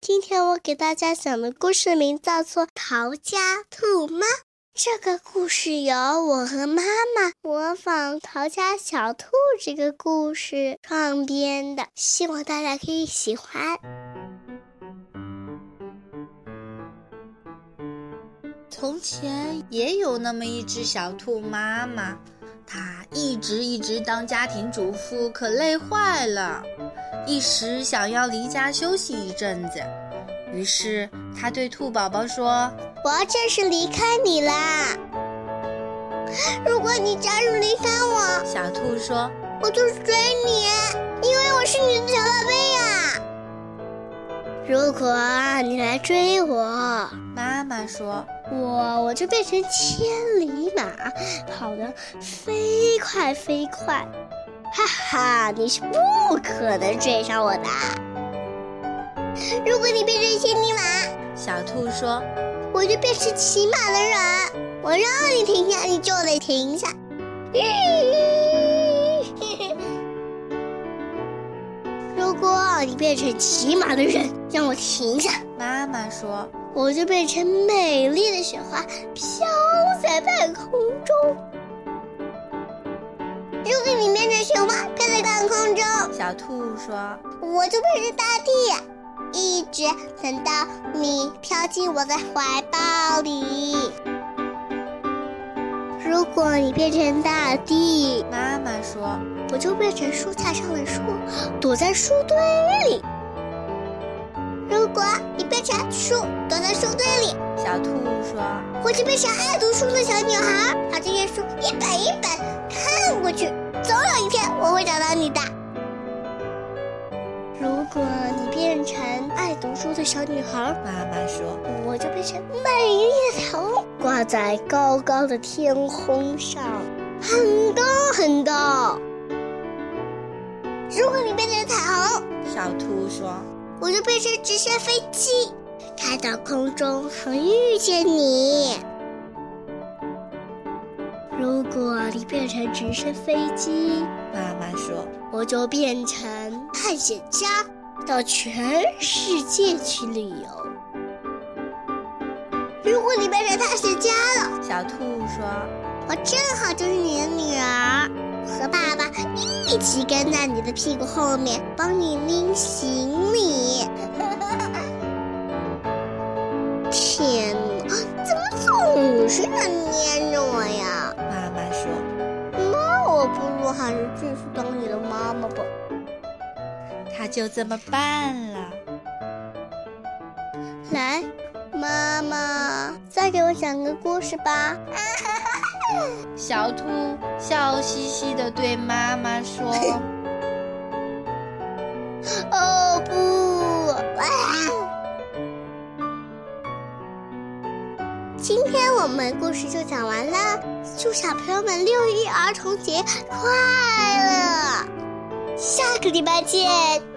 今天我给大家讲的故事名叫做《逃家兔妈》。这个故事由我和妈妈模仿《逃家小兔》这个故事创编的，希望大家可以喜欢。 从前也有那么一只小兔妈妈，她一直当家庭主妇，可累坏了，一时想要离家休息一阵子。于是她对兔宝宝说： 我要正式离开你啦，如果你假如离开我， 小兔说， 我就追你，因为我是你的小宝贝呀。如果你来追我， 妈妈说， 我就变成千里马，跑得飞快飞快，哈哈，你是不可能追上我的。如果你变成千里马， 小兔说， 我就变成骑马的人，我让你停下你就得停下。如果你变成骑马的人，让我停下， 妈妈说， 我就变成美丽的雪花，飘在半空中。如果你变成熊猫，飘在半空中， 小兔说， 我就变成大地，一直等到你飘进我的怀抱里。如果你变成大地， 妈妈说， 我就变成树架上的树，躲在树堆里。如果你变成树，躲在树堆里， 小兔说， 我就变成爱读书的小女孩，把这些书一本一本看过去，总有一天我会找到你的。如果你变成爱读书的小女孩， 妈妈说， 我就变成美丽的彩虹，挂在高高的天空上，很高很高。如果你变成彩虹， 小兔说， 我就变成直升飞机，开到空中好遇见你。如果你变成直升飞机， 妈妈说， 我就变成探险家，到全世界去旅游。如果你变成探险家了， 小兔说， 我正好就是你的女儿，和爸爸一起跟在你的屁股后面，帮你拎行李。天哪，怎么总是要黏着我呀？ 妈妈说， 那我不如还是继续当你的妈妈吧。 她就这么办了。 来，妈妈，再给我讲个故事吧。 小兔笑嘻嘻地对妈妈说， 哦不，今天我们故事就讲完了，祝小朋友们6一儿童节快乐，下个礼拜见。